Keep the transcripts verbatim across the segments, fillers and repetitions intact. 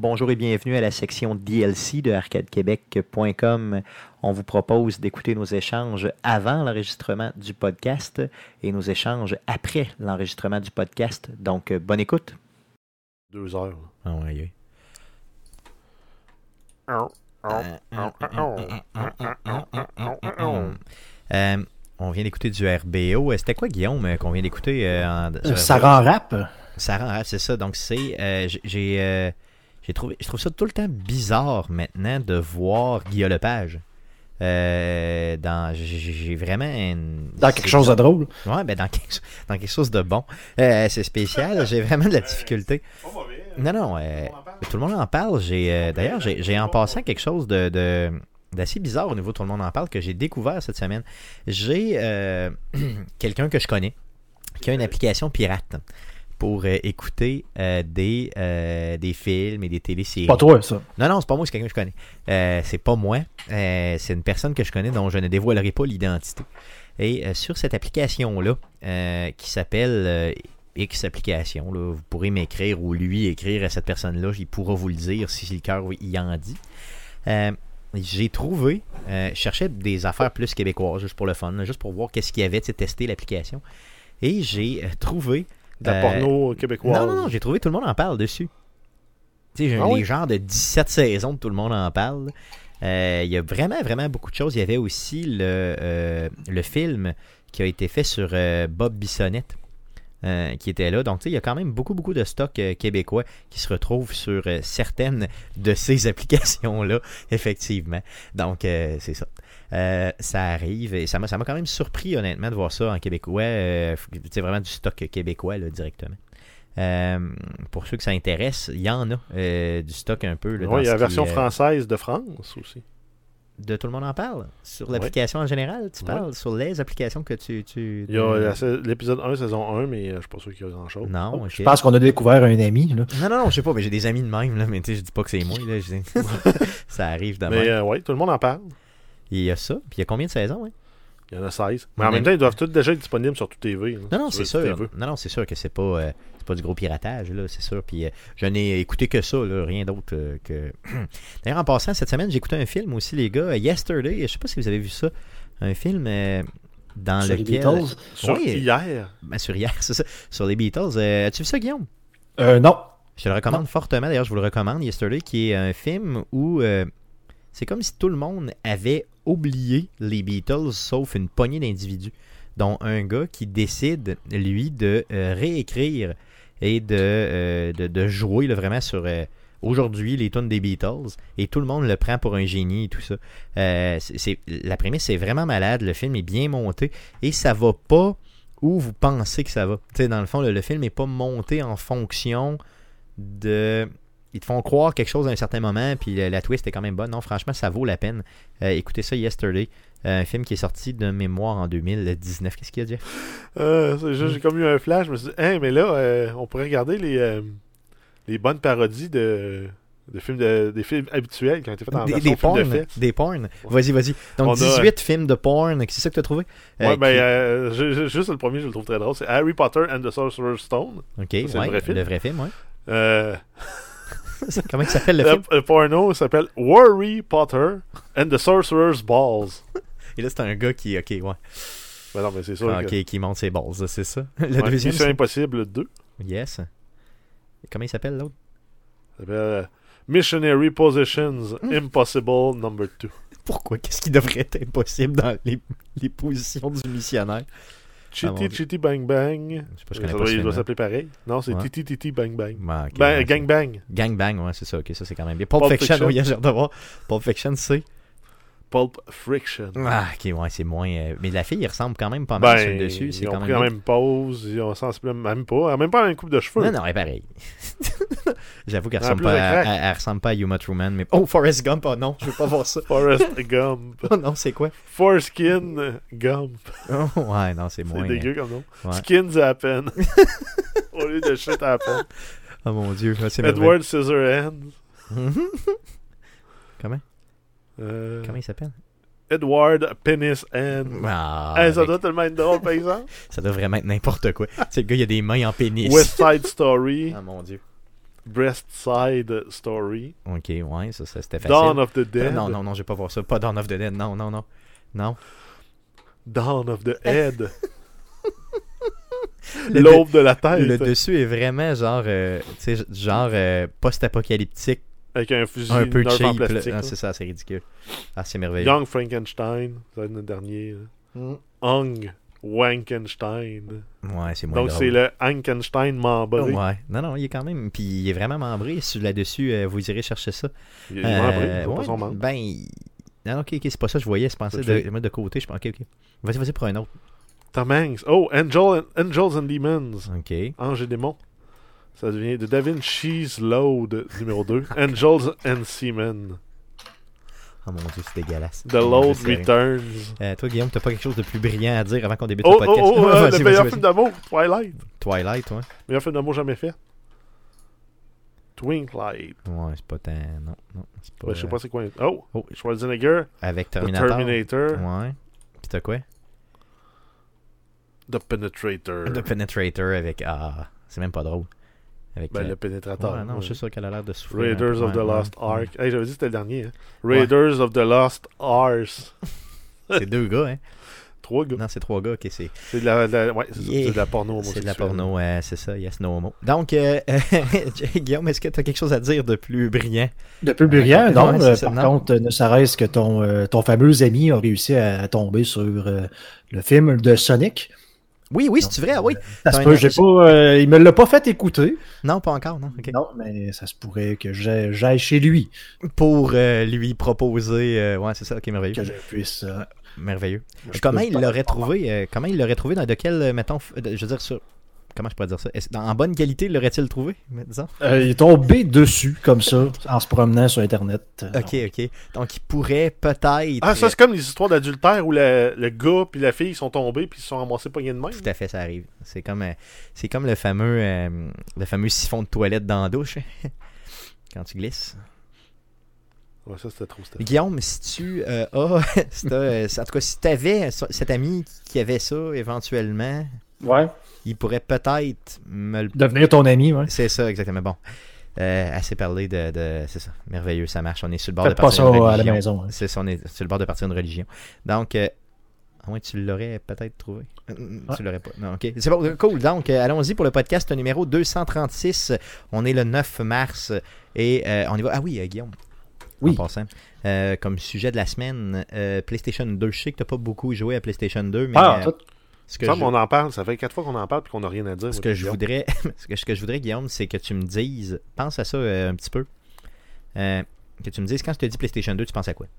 Bonjour et bienvenue à la section D L C de arcade québec point com. On vous propose d'écouter nos échanges avant l'enregistrement du podcast et nos échanges après l'enregistrement du podcast. Donc, bonne écoute. Deux heures. Ah ouais, euh, on vient d'écouter du R B O. C'était quoi, Guillaume, qu'on vient d'écouter? Euh, en, euh, ça rend rap. Ça rend rap, c'est ça. Donc, c'est... Euh, j'ai... Euh, J'ai trouvé, je trouve ça tout le temps bizarre maintenant de voir Guillaume Lepage. Euh, dans, j'ai, j'ai vraiment une, dans quelque chose de drôle. Ouais, ben dans quelque, dans quelque chose de bon. Euh, c'est spécial. J'ai vraiment de la difficulté. Non, non. Euh, tout le monde en parle. J'ai, euh, d'ailleurs, j'ai, j'ai en passant quelque chose de, de d'assez bizarre au niveau de tout le monde en parle que j'ai découvert cette semaine. J'ai euh, quelqu'un que je connais qui a une application pirate pour euh, écouter euh, des, euh, des films et des téléséries. Pas toi, ça. Non, non, c'est pas moi, c'est quelqu'un que je connais. Euh, c'est pas moi. Euh, c'est une personne que je connais dont je ne dévoilerai pas l'identité. Et euh, sur cette application-là, euh, qui s'appelle euh, X Application, là, vous pourrez m'écrire ou lui écrire à cette personne-là, il pourra vous le dire si le cœur y en dit. Euh, j'ai trouvé, euh, je cherchais des affaires plus québécoises, juste pour le fun, juste pour voir qu'est-ce qu'il y avait, tu sais, tester l'application. Et j'ai euh, trouvé de la porno euh, québécoise. Non, non, non, j'ai trouvé tout le monde en parle dessus. Tu sais, j'ai ah les oui? genres de dix-sept saisons de tout le monde en parle. Il euh, y a vraiment, vraiment beaucoup de choses. Il y avait aussi le, euh, le film qui a été fait sur euh, Bob Bissonnette euh, qui était là. Donc, tu sais, il y a quand même beaucoup, beaucoup de stocks euh, québécois qui se retrouvent sur euh, certaines de ces applications-là, effectivement. Donc, euh, c'est ça. Euh, ça arrive et ça m'a, ça m'a quand même surpris honnêtement de voir ça en québécois. Euh, c'est vraiment du stock québécois là, directement. Euh, pour ceux que ça intéresse, il y en a euh, du stock un peu. Là, oui, il y a la version est, euh, française de France aussi. De tout le monde en parle? Sur l'application oui. en général, tu parles? Oui. Sur les applications que tu... tu il y a la, l'épisode un, saison un, mais je suis pas sûr qu'il y a grand-chose. Non, oh, okay. Je pense qu'on a découvert un ami. Là. Non, non, non, je sais pas, mais j'ai des amis de même, là, mais tu sais, je dis pas que c'est moi. Là, je... ça arrive de même. Mais euh, oui, tout le monde en parle. Il y a ça. Puis il y a combien de saisons, hein? Il y en a seize. Mais en même temps, ils doivent tous déjà être disponibles sur tout T V. Là, non, non, c'est sûr. Non, non, c'est sûr que c'est pas, euh, c'est pas du gros piratage, là, c'est sûr. Puis euh, je n'ai écouté que ça, là, rien d'autre euh, que... D'ailleurs, en passant, cette semaine, j'ai écouté un film aussi, les gars, Yesterday. Je sais pas si vous avez vu ça. Un film euh, dans sur lequel... Les Beatles? Sur oui, hier. Ben, sur hier, c'est ça. Sur les Beatles. Euh, as-tu vu ça, Guillaume? Euh, non. Je te le recommande non. fortement. D'ailleurs, je vous le recommande, Yesterday, qui est un film où... Euh, c'est comme si tout le monde avait oublié les Beatles, sauf une poignée d'individus, dont un gars qui décide, lui, de euh, réécrire et de, euh, de, de jouer là, vraiment sur euh, aujourd'hui les tunes des Beatles, et tout le monde le prend pour un génie et tout ça. Euh, c'est, c'est, la prémisse est vraiment malade, le film est bien monté, et ça va pas où vous pensez que ça va. T'sais, dans le fond, le, le film n'est pas monté en fonction de... Ils te font croire quelque chose à un certain moment, puis la, la twist est quand même bonne. Non, franchement, ça vaut la peine. Euh, écoutez ça, Yesterday, euh, un film qui est sorti de mémoire en deux mille dix-neuf. Qu'est-ce qu'il y a, Jeff? Euh, c'est juste, j'ai comme eu un flash. Je me suis dit, hein, mais là, euh, on pourrait regarder les, euh, les bonnes parodies de, de films de, des films habituels qui ont été faits en des, version des porn, film de fait. Des porn. Vas-y, vas-y. Donc, on dix-huit a... films de porn. C'est ça que tu as trouvé? Ouais, euh, ben, qui... euh, je, je, juste le premier, je le trouve très drôle. C'est Harry Potter and the Sorcerer's Stone. OK, ça, c'est ouais, le vrai film. Le vrai film, oui. Euh... Comment il s'appelle le film? Le, le porno s'appelle Harry Potter and the Sorcerer's Balls. Et là, c'est un gars qui... OK, ouais. Ben non, mais c'est sûr ah, OK, que... qui monte ses balls, c'est ça. Le ouais, deuxième, c'est Impossible deux. Yes. Et comment il s'appelle, l'autre? Il s'appelle euh, Missionary Positions Impossible number two. Pourquoi? Qu'est-ce qui devrait être impossible dans les, les positions du missionnaire? Chitty ah, Chitty Bang Bang. Je sais pas, je ça pas doit, ce il doit s'appeler pareil. Non, c'est ouais. Titi Titi Bang Bang. Ah, okay, ben, ouais, gang Bang. Gang Bang, ouais, c'est ça. Ok, ça c'est quand même bien. Pulp, Pulp Fiction, Fiction. oui, j'ai hâte de voir. Pulp Fiction, c'est. Pulp Friction. Ah, ok, ouais, c'est moins. Euh... Mais la fille, il ressemble quand même pas mal ben, sur le dessus. C'est ils ont quand pris même la même pose. Ils ont sensiblement même pas. Même pas une coupe de cheveux. Non, non, elle est pareil. J'avoue qu'elle ressemble, pas à, elle, elle ressemble pas à Uma Truman. Mais... Oh, Forrest Gump, oh non, je veux pas voir ça. Forrest Gump. Oh non, c'est quoi? Foreskin Gump. Oh, ouais, non, c'est moins. C'est dégueu comme nom. Ouais. Skins Happen. Au lieu de shit happen. Oh mon dieu. C'est Edward Scissorhands. Comment? Euh... Comment il s'appelle? Edward Penis Hand. Ah, hey, ça doit tellement être drôle, par exemple. Ça doit vraiment être n'importe quoi. Tu sais, le gars, il a des mains en pénis. West Side Story. Ah, mon dieu. Breast Side Story. Ok, ouais, ça, ça c'était facile. Dawn of the Dead. Non, non, non, je vais pas voir ça. Pas Dawn of the Dead. Non, non, non. Non. Dawn of the Head. Le L'aube de la tête. Le dessus est vraiment genre, euh, tu sais, genre euh, post-apocalyptique. Avec un fusil Un peu nerf en cheap. plastique. là. Ah, là. c'est ça, c'est ridicule. Ah, c'est merveilleux. Young Frankenstein. Ça va être notre dernier. là. Mm. Hung Wankenstein. Ouais, c'est moins Donc drôle. c'est le Hankenstein membré. Ouais. Non, non, il est quand même. Puis il est vraiment membré. Sur- Là-dessus, euh, vous irez chercher ça. Il est membré, Euh, il voit pas ouais, son membre. Ben. il- Non, ok, ok, c'est pas ça que je voyais. Je pensais Ok. de, mettre de côté. Je pense, ok, ok. Vas-y, vas-y pour un autre. Tom Hanks. Oh, Angel and- Angels and Demons. Ok. Ange et démons. Ça devient de Da Vinci's Load numéro deux. Angels and Seamen. Oh mon dieu, c'est dégueulasse. The Je Load sais rien. Returns. Euh, toi, Guillaume, t'as pas quelque chose de plus brillant à dire avant qu'on débute Oh, le oh, podcast? oh, euh, Vas-y, le vas-y, meilleur vas-y. film d'amour, Twilight. Twilight, ouais. Meilleur film d'amour jamais fait. Twinklight. Ouais, c'est pas tant. Non, non. C'est pas. Ouais, je sais euh, pas c'est quoi. Oh, Oh. Schwarzenegger. Avec The Terminator. Terminator. Ouais. Puis t'as quoi? The Penetrator. The Penetrator avec. Ah, c'est même pas drôle. Avec. Ben, euh, le pénétrateur. ouais, non, ouais. je suis sûr qu'elle a l'air de souffrir. Raiders un of peu. the Ouais, Lost ouais, Ark. ouais. Hey, j'avais dit que c'était le dernier. Hein? Raiders of the Lost Ark. C'est deux gars, hein? Trois gars. Non, c'est trois gars, ok, c'est. C'est de la, de la- ouais, c'est ça, Yeah. c'est de la porno C'est de la homosexuelle. porno, euh, c'est ça, yes, no homo. Donc, euh, Guillaume, est-ce que tu as quelque chose à dire de plus brillant? De plus brillant, Ouais, non. c'est euh, ça, par non. contre, ne serait-ce que ton, euh, ton fameux ami a réussi à, tomber sur euh, le film de Sonic. Oui, oui, c'est vrai, ah oui. Ça se T'as peut, un- j'ai pas, euh, il me l'a pas fait écouter. Non, pas encore, non. ok. Non, mais ça se pourrait que j'aille j'aille chez lui, Pour euh, lui proposer. euh, ouais, c'est ça, ok, merveilleux. que je puisse. euh, Merveilleux. je Comment peux il pas- l'aurait trouvé euh, Comment il l'aurait trouvé dans de quel, euh, mettons, f- de- je veux dire ça. Comment je pourrais dire ça Est-ce- dans- En bonne qualité, l'aurait-il trouvé mais disons? Euh, il est tombé dessus, comme ça, en se promenant sur Internet. Euh, Ok, ok. Donc, il pourrait peut-être. Ah, ça, c'est comme les histoires d'adultère où le, le gars puis la fille sont tombés puis ils se sont ramassés poignés de main. Tout à fait, ça arrive. C'est comme, euh, c'est comme le fameux, euh, le fameux siphon de toilette dans la douche. Quand tu glisses. Ouais, ça, c'était trop. C'était... Guillaume, si tu euh, as, si t'as, euh, en tout cas, si tu avais cet ami qui avait ça éventuellement, Ouais. il pourrait peut-être me le. Devenir ton ami, ouais. C'est ça, exactement. Bon. Euh, assez parlé de, de. C'est ça. Merveilleux, ça marche. On est sur le bord Faites de pas partir ça d'une à la religion. maison. hein. C'est ça, on est sur le bord de partir d'une religion. Donc, euh, ah ouais, tu l'aurais peut-être trouvé. Euh, Ouais. Tu l'aurais pas. Non, ok. C'est bon, cool. Donc, euh, allons-y pour le podcast numéro deux cent trente-six. On est le neuf mars et euh, on y va. Ah oui, euh, Guillaume. Oui. En passant. Euh, comme sujet de la semaine, euh, PlayStation deux. Je sais que tu n'as pas beaucoup joué à PlayStation deux, mais Ah, euh, tout- ce que Comme je, on en parle, ça fait quatre fois qu'on en parle puis qu'on n'a rien à dire. ce moi, que puis je Guillaume. voudrais, ce que, ce que je voudrais, Guillaume, c'est que tu me dises, pense à ça euh, un petit peu, Euh, que tu me dises quand je te dis PlayStation deux, tu penses à quoi?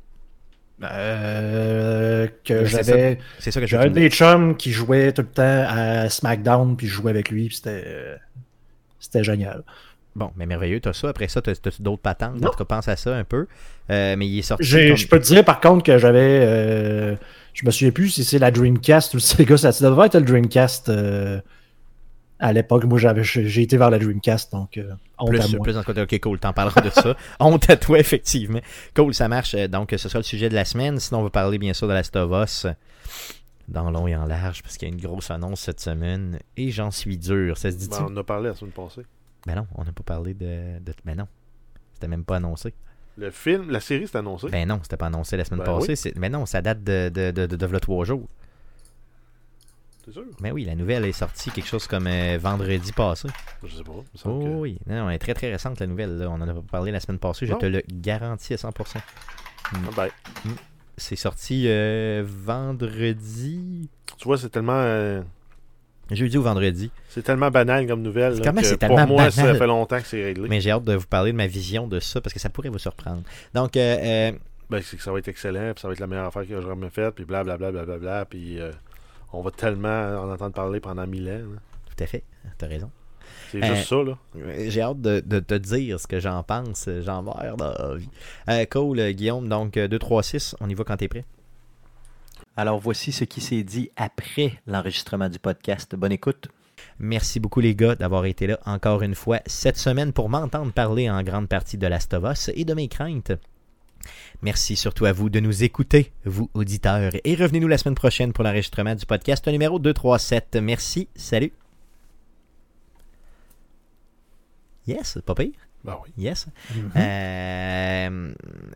Euh, que C'est j'avais C'est ça que je j'ai veux un que tu me des chums qui jouait tout le temps à SmackDown, puis je jouais avec lui, puis c'était euh, c'était génial. Bon, mais merveilleux, t'as ça. Après ça, t'as, t'as d'autres patentes. Non. En tout cas, pense à ça un peu. Euh, mais il est sorti. J'ai- comme- Je peux te dire par contre que j'avais euh, je me souviens plus si c'est la Dreamcast ou si c'est les gars, ça devait être le Dreamcast euh, à l'époque. Moi j'avais j'ai été vers la Dreamcast, donc euh, honte à Plus, moi. plus dans ce côté. Ok, cool, t'en parleras de ça. Honte à toi, effectivement. Cool, ça marche. Euh, Donc, ce sera le sujet de la semaine. Sinon, on va parler bien sûr de Last of Us dans long et en large, parce qu'il y a une grosse annonce cette semaine. Et j'en suis dur. Ça se dit-tu? Ben, on en a parlé la semaine passée. Ben non, on n'a pas parlé de, de. Ben non. C'était même pas annoncé. Le film, la série, c'est annoncé. Ben non, c'était pas annoncé la semaine Ben passée. oui. C'est... Ben non, ça date de, de, de, de, de v'là trois jours. C'est sûr? Ben oui, la nouvelle est sortie quelque chose comme euh, vendredi passé. Je sais pas. il me Oh semble que- oui, non, non, elle est très très récente la nouvelle. Là. On en a pas parlé la semaine passée, je Non. te le garantis à cent pour cent. Ah ben, C'est sorti euh, vendredi. tu vois, c'est tellement, euh, Jeudi ou vendredi. c'est tellement banal comme nouvelle. C'est là, comment que c'est pour tellement moi, ça banal. fait longtemps que c'est réglé. Mais j'ai hâte de vous parler de ma vision de ça parce que ça pourrait vous surprendre. Donc, euh, euh, Ben, c'est que ça va être excellent, puis ça va être la meilleure affaire que j'aurais jamais faite, puis blablabla, blablabla, puis euh, on va tellement en entendre parler pendant mille ans. là. tout à fait, t'as raison. C'est Euh, juste ça, là. Euh, J'ai hâte de, de te dire ce que j'en pense. J'en meurs dans la vie. Euh, cool, euh, Guillaume. Donc, euh, deux, trois, six, on y va quand t'es prêt. Alors, voici ce qui s'est dit après l'enregistrement du podcast. Bonne écoute. Merci beaucoup, les gars, d'avoir été là encore une fois cette semaine pour m'entendre parler en grande partie de Last of Us et de mes craintes. Merci surtout à vous de nous écouter, vous, auditeurs. Et revenez-nous la semaine prochaine pour l'enregistrement du podcast numéro deux cent trente-sept. Merci, salut. Yes, pas pire. Ben oui. Yes. Mhm. Euh...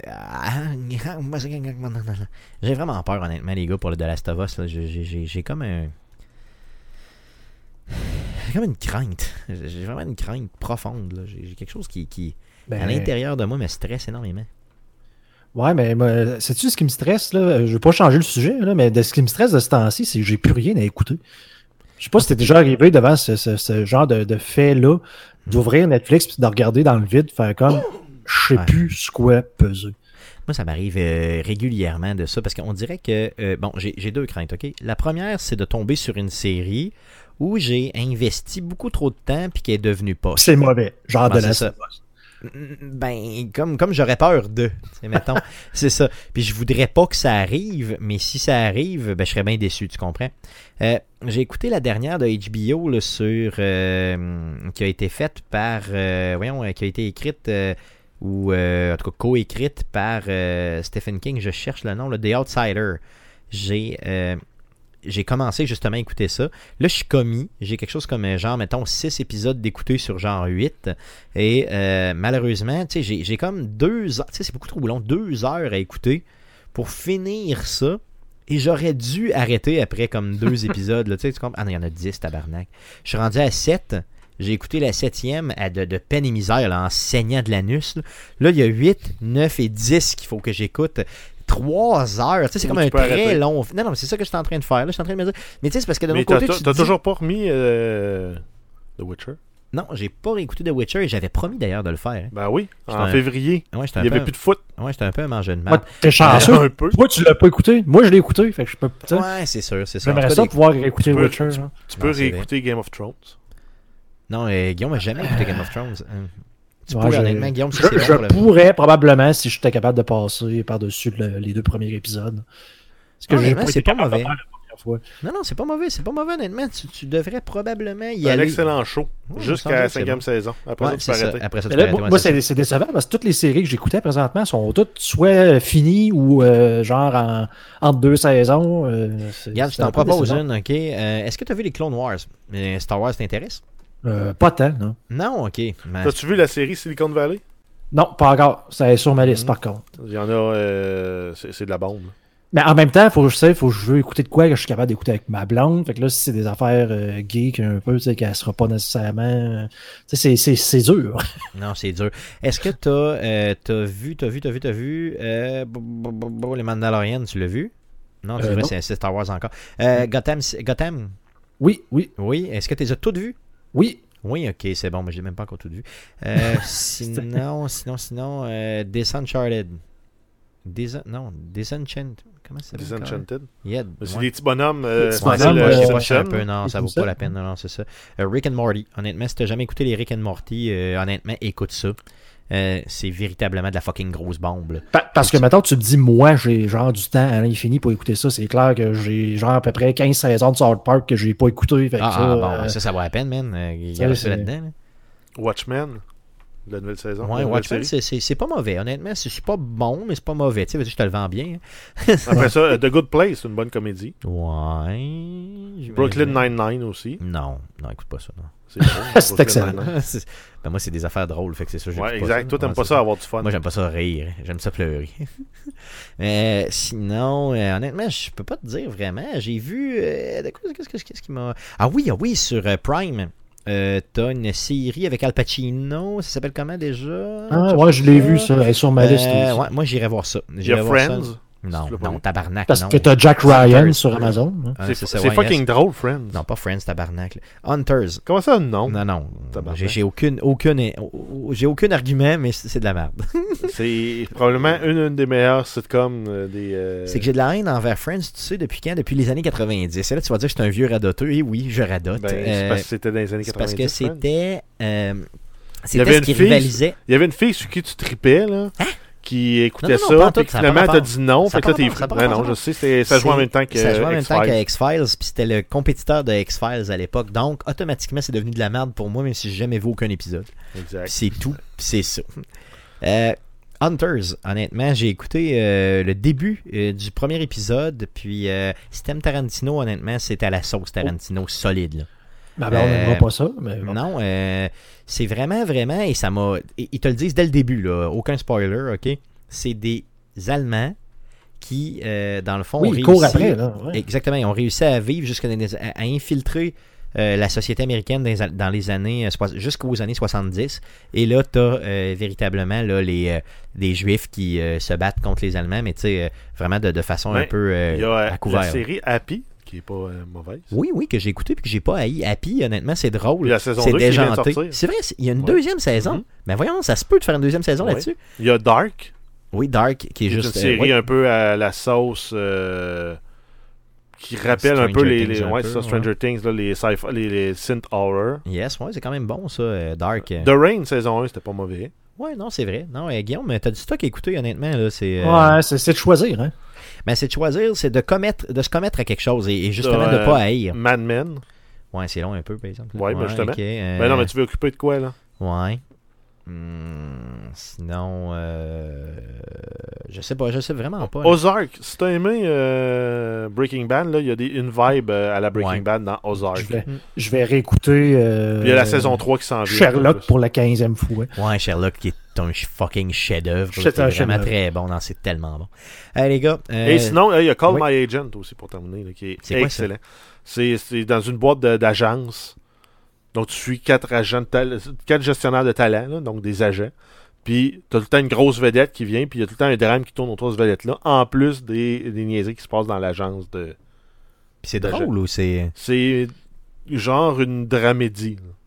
J'ai vraiment peur, honnêtement, les gars, pour le The Last of Us. Là. J'ai, j'ai, j'ai comme un... J'ai comme une crainte. J'ai vraiment une crainte profonde. Là. J'ai, j'ai quelque chose qui, qui Ben, à l'intérieur de moi, me stresse énormément. Ouais, mais moi, sais-tu ce qui me stresse, là? Je veux pas changer le sujet, là, mais de ce qui me stresse de ce temps-ci, c'est que j'ai plus rien à écouter. Je sais pas si t'es déjà arrivé devant ce, ce, ce genre de, de fait-là, d'ouvrir Netflix et de regarder dans le vide, faire comme je sais Ouais. plus ce quoi peser. Moi, ça m'arrive euh, régulièrement de ça, parce qu'on dirait que... euh, bon, j'ai, j'ai deux craintes, OK? La première, c'est de tomber sur une série où j'ai investi beaucoup trop de temps puis qui est devenue poche. C'est mauvais. Genre Ben, de la c'est ça. Ben, comme, comme j'aurais peur de, tu sais, mettons, c'est ça. Puis je voudrais pas que ça arrive, mais si ça arrive, ben je serais bien déçu, tu comprends? Euh, j'ai écouté la dernière de H B O là, sur euh, qui a été faite par, euh, voyons, qui a été écrite euh, ou euh, en tout cas co-écrite par euh, Stephen King. Je cherche le nom, là, The Outsider. J'ai euh, j'ai commencé justement à écouter ça. Là, je suis commis. J'ai quelque chose comme, genre, mettons, six épisodes d'écouter sur genre huit. Et euh, malheureusement, tu sais, j'ai, j'ai comme deux heures. Tu sais, c'est beaucoup trop long. Deux heures à écouter pour finir ça. Et j'aurais dû arrêter après comme deux épisodes. Là, tu sais, tu comprends? Ah non, il y en a dix, tabarnak. Je suis rendu à sept. J'ai écouté la septième à de, de peine et misère, là, en saignant de l'anus. Là, là il y a huit, neuf et dix qu'il faut que j'écoute. Trois heures, tu sais, c'est Ou comme tu un peux très arrêter. long. Non, non, mais c'est ça que je suis en train de faire. Là, je suis en train de me dire. Mais tu sais, c'est parce que de Mais l'autre t'as, côté, t'as, tu te t'as dis- toujours pas remis euh, The Witcher? Non, j'ai pas réécouté The Witcher et j'avais promis d'ailleurs de le faire. Ben oui, J'étais en un- février. Ouais, j'étais Il un n'y peu avait plus de foot. Ouais, j'étais un peu un mangeur de Moi, marde. t'es chanceux. un peu. Pourquoi tu l'as pas écouté? Moi, je l'ai écouté. Fait que je peux. tu sais, Ouais, c'est sûr, c'est sûr. En J'aimerais tout ça cas, pouvoir écouter tu peux- Witcher. hein. Tu peux Non, c'est réécouter Game of Thrones. des- Non, euh, Guillaume n'a jamais écouté Game of Thrones. Hum. Tu Ouais, pourrais, je- honnêtement, Guillaume, ça, Je, c'est bon je pour le- pourrais probablement si j'étais capable de passer par-dessus le- les deux premiers épisodes. Parce que Ah, j'ai honnêtement, c'est été pas capable de mauvais. faire la première fois. Non, non, c'est pas mauvais, c'est pas mauvais, honnêtement. Tu, tu devrais probablement y C'est un aller. excellent show. Ouais, Jusqu'à sans la doute, c'est cinquième bon. saison. Après Ouais, ça, tu c'est peux ça. arrêter. Après ça, tu Mais peux là, arrêter, moi, ouais, moi, c'est c'est c'est décevant parce que toutes les séries que j'écoutais présentement sont toutes soit finies ou euh, genre en, entre deux saisons. euh, c'est- Regarde, je c'est t'en un peu propose décevant. une, ok? Euh, est-ce que tu as vu les Clone Wars? Euh, Star Wars t'intéresse? Euh, pas tant, non. Non, ok. Ben, T'as-tu vu la série Silicon Valley? Non, pas encore. C'est sur ma liste, Mhm. par contre. Il y en a... euh, c'est, c'est de la bombe. Mais en même temps, faut que je sais, faut que je veux écouter de quoi que je suis capable d'écouter avec ma blonde. Fait que là, si c'est des affaires euh, geek un peu, tu sais, qu'elle sera pas nécessairement. euh, Tu sais, c'est, c'est, c'est dur. Non, c'est dur. Est-ce que t'as, euh, t'as vu, t'as vu, t'as vu, t'as vu euh, bo- bo- bo- bo- les Mandalorians, tu l'as vu? Non, tu Euh, dirais non. c'est, c'est Star Wars encore. Euh, Gotham, Gotham, Oui, oui, oui. Est-ce que tu les as toutes vues? oui. Oui, ok, c'est bon, mais je l'ai même pas encore toutes vues. Euh, sinon, sinon, sinon, euh, Disencharted. Dis- non, Disenchant. Comment ça s'appelle? Disenchanted. Yeah, Mais c'est ouais. des petits bonhommes. Euh, petits Ouais, style, ça, bonhommes, moi, euh, je l'ai euh, pas cher un Simpson. peu, non, ça Ils vaut font pas ça. la peine, non, non, c'est ça. Euh, Rick and Morty, honnêtement, si t'as jamais écouté les Rick and Morty, euh, honnêtement, écoute ça. Euh, c'est véritablement de la fucking grosse bombe, là. Pa- Parce que maintenant, tu me dis, moi, j'ai genre du temps à l'infini pour écouter ça. C'est clair que j'ai genre à peu près quinze saisons de South Park que j'ai pas écouté. Fait que Ah, ça, ah, bon, euh, ça, ça vaut la peine, man. Euh, Il y ça, a ça c'est- là-dedans, là. Watchmen. La nouvelle saison. Ouais, la nouvelle Watchmen, série. c'est, c'est, c'est pas mauvais, honnêtement. C'est, c'est pas bon, mais c'est pas mauvais. Tu sais, vas-y, je te le vends bien. Après ça, euh, The Good Place, c'est une bonne comédie. Ouais. j'imagine. Brooklyn Nine-Nine aussi. Non, non, écoute pas ça, non. C'est, bon, C'est Brooklyn excellent. Nine-Nine. C'est- ben, moi, c'est des affaires drôles, fait que c'est ça. j'écoute Ouais, pas exact. ça. Toi, t'aimes Ouais, pas c'est ça avoir du fun. Moi, j'aime pas ça rire. J'aime ça pleurer. Mais sinon, euh, honnêtement, je peux pas te dire vraiment. J'ai vu. euh, de quoi- qu'est-ce, qu'est-ce, qu'est-ce qui m'a. Ah oui, ah oui, sur euh, Prime. Euh, t'as une série avec Al Pacino. Ça s'appelle comment déjà? Ah, ouais, je l'ai vu, ça. Elle est sur ma liste Euh, aussi. ouais, moi, j'irai voir ça. Il y J'irai a voir Friends. ça. Non, Tu l'as pas non, vu? tabarnak. Parce non. que t'as Jack Ryan Hunters. sur Amazon. hein. Ah, C'est, c'est ça, c'est ouais, fucking yes. drôle, Friends. Non, pas Friends, tabarnak. là. Hunters. Comment ça, non? Non, non. Tabarnak. J'ai, j'ai aucune, aucune, j'ai aucun argument, mais c'est c'est de la merde. C'est probablement une, une des meilleures sitcoms euh, des... euh, C'est que j'ai de la haine envers Friends, tu sais, depuis quand? Depuis les années quatre-vingt-dix. Et là, tu vas dire que je suis un vieux radoteux. Et oui, je radote. ben, c'est Euh, parce que c'était dans les années c'est parce quatre-vingt-dix. que Friends. c'était... euh, Il y avait c'était ce une qui fille- rivalisait. Il y avait une fille sur qui tu tripais, là, qui écoutait Non, non, non, pas ça, en puis tout, que ça a pas finalement, t'as rapport. dit non, Ça fait a que là, pas t'es rapport, ça a fou. pas Non, rapport. non, je sais, c'était- ça jouait en C'est- même temps que Ça jouait en même temps que X-Files. X-Files, puis c'était le compétiteur de X-Files à l'époque. Donc, automatiquement, c'est devenu de la merde pour moi, même si j'ai jamais vu aucun épisode. Puis Exact. c'est tout, puis c'est ça. Euh, Hunters, honnêtement, j'ai écouté euh, le début euh, du premier épisode, puis euh, si t'aimes Tarantino, honnêtement, c'est à la sauce Tarantino solide. Là. Ben, ben, on Euh, n'aimera pas ça. Mais bon. Non, euh, c'est vraiment, vraiment, et ça m'a... Ils ils te le disent dès le début, là, aucun spoiler, OK? C'est des Allemands qui, euh, dans le fond, Oui, ont ils courent réussi... après. Là, ouais. Exactement, ils ont réussi à vivre jusqu'à des- à, à infiltrer euh, la société américaine dans les, dans les années, euh, soi- jusqu'aux années soixante-dix. Et là, tu as véritablement là, les, euh, des Juifs qui euh, se battent contre les Allemands, mais tu sais, euh, vraiment de, de façon Ben, un peu euh, Il y a à couvert. la série Happy, qui est pas euh, mauvaise. Oui, oui, que j'ai écouté puis que j'ai pas haï. Happy, honnêtement, c'est drôle. Puis la saison C'est deux qui vient de déjanté. sortir. C'est vrai, c'est- il y a une Ouais. deuxième saison. Mhm. Mais voyons, ça se peut de faire une deuxième saison Ouais. là-dessus. Il y a Dark, Oui, Dark, qui est qui est juste. une série euh, ouais. un peu à la sauce euh, qui rappelle un peu Stranger les, Things les un ouais, peu, c'est ça, Stranger Things, là, les, sci-fi- les, les synth horror. Yes, ouais, c'est quand même bon ça, euh, Dark. euh. The Rain saison un, c'était pas mauvais. Ouais, non, c'est vrai. Non, euh, Guillaume, t'as du stock à écouter, honnêtement. Là, c'est, euh, Ouais, c'est c'est de choisir. Hein. Mais c'est de choisir, c'est de commettre, de se commettre à quelque chose et, et justement Euh, de pas haïr. Mad Men. Ouais, c'est long un peu, par exemple. Ouais, ben, justement. ok, euh, Ben non, mais tu veux occuper de quoi, là? Ouais. Hmm, sinon, euh, je sais pas, je sais vraiment pas. là. Ozark, si t'as aimé euh, Breaking Bad, là, il y a des, une vibe euh, à la Breaking Ouais. Bad dans Ozark. Je vais, je vais réécouter. euh, Puis il y a la saison trois qui s'en vient. Sherlock pour la quinzième fois. Ouais, Sherlock qui est un fucking chef-d'œuvre. C'est C'est un vraiment chef-d'œuvre. très bon. Non, c'est tellement bon. Allez, les gars. euh, Et sinon, euh, il y a Call oui. My Agent aussi pour terminer, là, qui est, C'est quoi, ça? excellent. C'est c'est dans une boîte de- d'agence. Donc tu suis quatre agents de tal- quatre gestionnaires de talent, là, donc des agents. Puis t'as tout le temps une grosse vedette qui vient, puis il y a tout le temps un drame qui tourne autour de cette vedette-là, en plus des, des niaiseries qui se passent dans l'agence de. Puis c'est d'agents. drôle ou c'est. C'est genre une dramédie. là.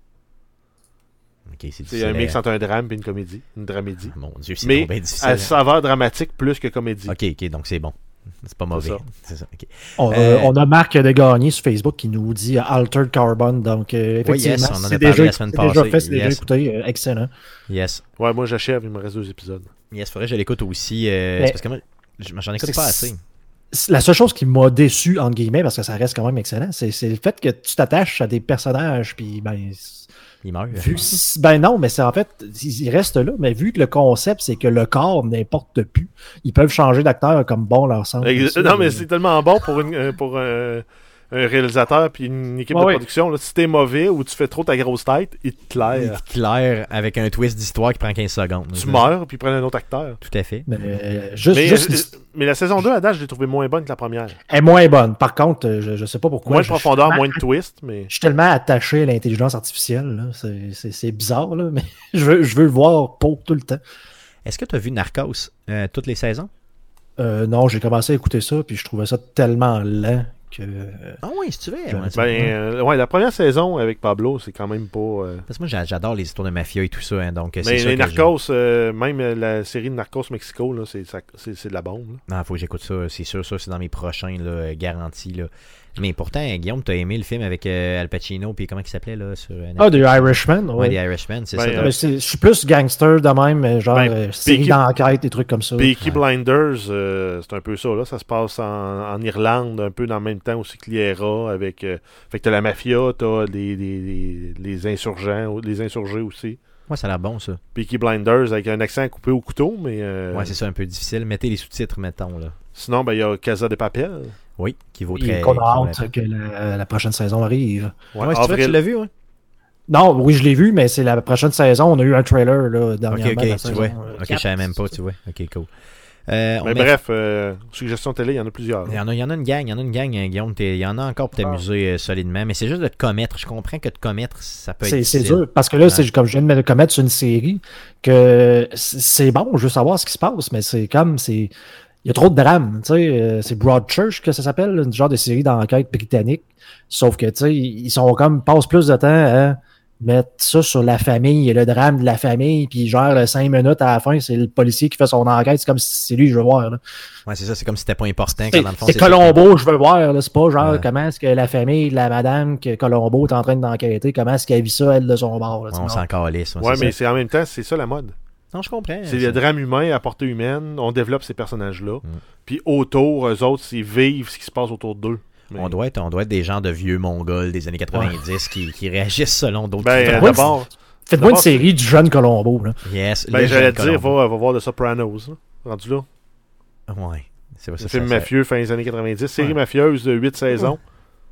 Ok, c'est C'est difficile. un mix entre un drame et une comédie. Une dramédie. Mon Dieu, c'est Mais trop bien difficile. à saveur dramatique plus que comédie. Ok, ok, donc c'est bon. C'est pas mauvais. ça. C'est ça. ok. On, Euh, euh, on a Marc de Gagné sur Facebook qui nous dit euh, Altered Carbon. Donc, euh, effectivement, yes, on en a c'est parlé déjà, la semaine c'est déjà passée. fait, c'est déjà Yes. écouté. euh, excellent. Yes. Ouais, moi j'achève, il me reste deux épisodes. Yes, faudrait que je l'écoute aussi. euh, Mais- c'est parce que moi, j- j'en écoute C'est- pas assez. C'est La seule chose qui m'a déçu, entre guillemets, parce que ça reste quand même excellent, c'est c'est le fait que tu t'attaches à des personnages, puis ben, Il meurt. vu, ben non, mais c'est en fait, ils ils restent là, mais vu que le concept, c'est que le corps n'importe plus, ils peuvent changer d'acteur comme bon leur semble. Ex- Ça, non, mais euh, c'est tellement bon pour, une, euh, pour un, un réalisateur puis une équipe Ouais, de ouais. production. Là, si t'es mauvais ou tu fais trop ta grosse tête, il te Il claire. est clair avec un twist d'histoire qui prend quinze secondes. Tu meurs puis prends un autre acteur. Tout à fait. mais, euh, juste, Mais, juste euh, mais la saison deux, à date, je l'ai trouvé moins bonne que la première. elle est moins bonne. Par contre, euh, je, je sais pas pourquoi. Moins de je- profondeur, je- moins de twist, mais. Je suis tellement attaché à l'intelligence artificielle, là. C'est- c'est c'est bizarre, là, mais je veux, je veux le voir pour tout le temps. Est-ce que tu as vu Narcos euh, toutes les saisons? Euh, non, j'ai commencé à écouter ça, puis je trouvais ça tellement lent que. Ah oui, si tu veux. Je- ouais, Ben, tu- euh, ouais, la première saison avec Pablo, c'est quand même pas. euh, Parce que moi, j'a- j'adore les histoires de mafia et tout ça. hein, donc, c'est Mais sûr les que je- Narcos, euh, même euh, la série de Narcos Mexico, là, c'est, ça- c'est, c'est de la bombe. là. Non, faut que j'écoute ça. C'est sûr, ça, c'est dans mes prochains, là, euh, garantis. Là. Mais pourtant, Guillaume, t'as aimé le film avec euh, Al Pacino, puis comment il s'appelait, là, sur euh, Ah, The Irishman, Ouais, ouais. The Irishman, c'est Ben, ça. euh, t'as- Mais c'est- je suis plus gangster de même, mais genre Ben, euh, série Peaky- d'enquête, des trucs comme ça. Peaky Ouais. Blinders, euh, c'est un peu ça. Là. Ça se passe en, en Irlande, un peu dans le même temps aussi que l'I R A. Avec, euh, fait que t'as la mafia, t'as les, les, les, les insurgents, les insurgés aussi. Ouais, ça a l'air bon, ça. Peaky Blinders avec un accent coupé au couteau, mais euh, Ouais, c'est ça, un peu difficile. Mettez les sous-titres, mettons, là. sinon, ben, il y a Casa de Papel. Oui, qui vaut Et très... qu'on qui a vaut la hâte peine. que la, la prochaine saison arrive. Ouais, Ouais, c'est vrai, tu avril. l'as vu, ouais? Non, oui, je l'ai vu, mais c'est la prochaine saison. On a eu un trailer là, Ok, dernièrement. ok, la tu saison, vois. euh, Ok, je quatre. savais même pas, tu vois. Ok, cool. Euh, on Mais met- bref, euh, suggestions télé, il y en a plusieurs. Il y, en a, il y en a une gang, il y en a une gang, hein, Guillaume. t'es- Il y en a encore pour t'amuser euh, solidement, mais c'est juste de te commettre. Je comprends que te commettre, ça peut être C'est c'est difficile. dur, parce que là, Ouais. c'est comme je viens de me commettre sur une série, que c'est c'est bon, je veux savoir ce qui se passe, mais c'est comme, c'est il y a trop de drame, tu sais, euh, c'est Broadchurch que ça s'appelle, une genre de série d'enquête britannique, sauf que, tu sais, ils sont comme, passent plus de temps à mettre ça sur la famille et le drame de la famille, puis genre, euh, cinq minutes à la fin, c'est le policier qui fait son enquête, c'est comme si c'est lui que je veux voir, là. Ouais, c'est ça, c'est comme si c'était pas important. Quand C'est dans le fond, c'est ça que- Colombo, je veux voir, là, c'est pas genre Ouais. comment est-ce que la famille de la madame que Colombo est en train d'enquêter, comment est-ce qu'elle vit ça, elle, de son bord, là, Ouais, tu on sais, non. s'en calisse. ouais, Ouais, c'est mais ça. c'est en même temps, c'est ça la mode. Non, je comprends. C'est le drame humain à portée humaine. On développe ces personnages-là. Mm. Puis autour, eux autres, c'est vivre ce qui se passe autour d'eux. Mais- On doit, être, on doit être des gens de vieux mongols des années quatre-vingt-dix qui, qui réagissent selon d'autres Ben, critères. Ouais, d'abord, Faites-moi une d'abord, série du jeune Colombo, là. Yes, ben, le j'allais jeune te dire, Colombo. va, va voir The Sopranos. Hein, rendu là. Ouais. C'est vrai, Le ça, film ça- mafieux fin des années quatre-vingt-dix. Série Ouais. mafieuse de huit saisons.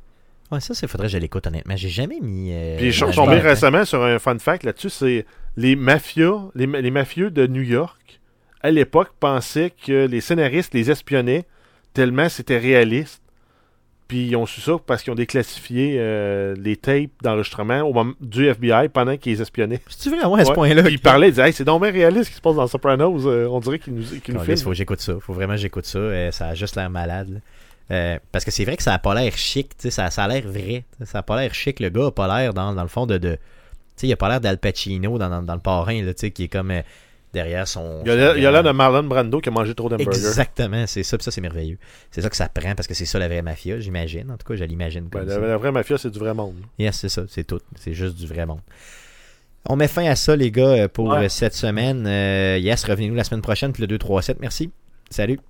Ouais, ça, il faudrait que je l'écoute, honnêtement. J'ai jamais mis. Euh, Puis je suis tombé récemment sur un fun fact là-dessus, c'est les mafias, les, les mafieux de New York, à l'époque, pensaient que les scénaristes les espionnaient tellement c'était réaliste. Puis ils ont su ça parce qu'ils ont déclassifié euh, les tapes d'enregistrement au moment du F B I pendant qu'ils les espionnaient. C'est-tu vraiment à ce Ouais. point-là? Puis ils parlaient, ils disaient hey, c'est donc bien réaliste ce qui se passe dans Sopranos. Euh, on dirait qu'ils nous, qu'ils nous Il filment. faut que j'écoute ça. Faut vraiment que j'écoute ça. Euh, ça a juste l'air malade. là. Euh, parce que c'est vrai que ça a pas l'air chic. Ça, ça a l'air vrai. Ça a pas l'air chic. Le gars a pas l'air dans, dans le fond de. de il a pas l'air d'Al Pacino dans, dans, dans le parrain là, qui est comme. Euh, derrière son... Il y a, il y a l'air de Marlon Brando qui a mangé trop d'hamburgers. Exactement, c'est ça, puis ça c'est merveilleux. C'est ça que ça prend, parce que c'est ça la vraie mafia, j'imagine. En tout cas, je l'imagine comme Ben, ça. la, la vraie mafia, c'est du vrai monde. Yes, c'est ça, c'est tout. C'est juste du vrai monde. On met fin à ça, les gars, pour Ouais. cette semaine. Euh, yes, revenez-nous la semaine prochaine, puis le deux trois sept. Merci. Salut.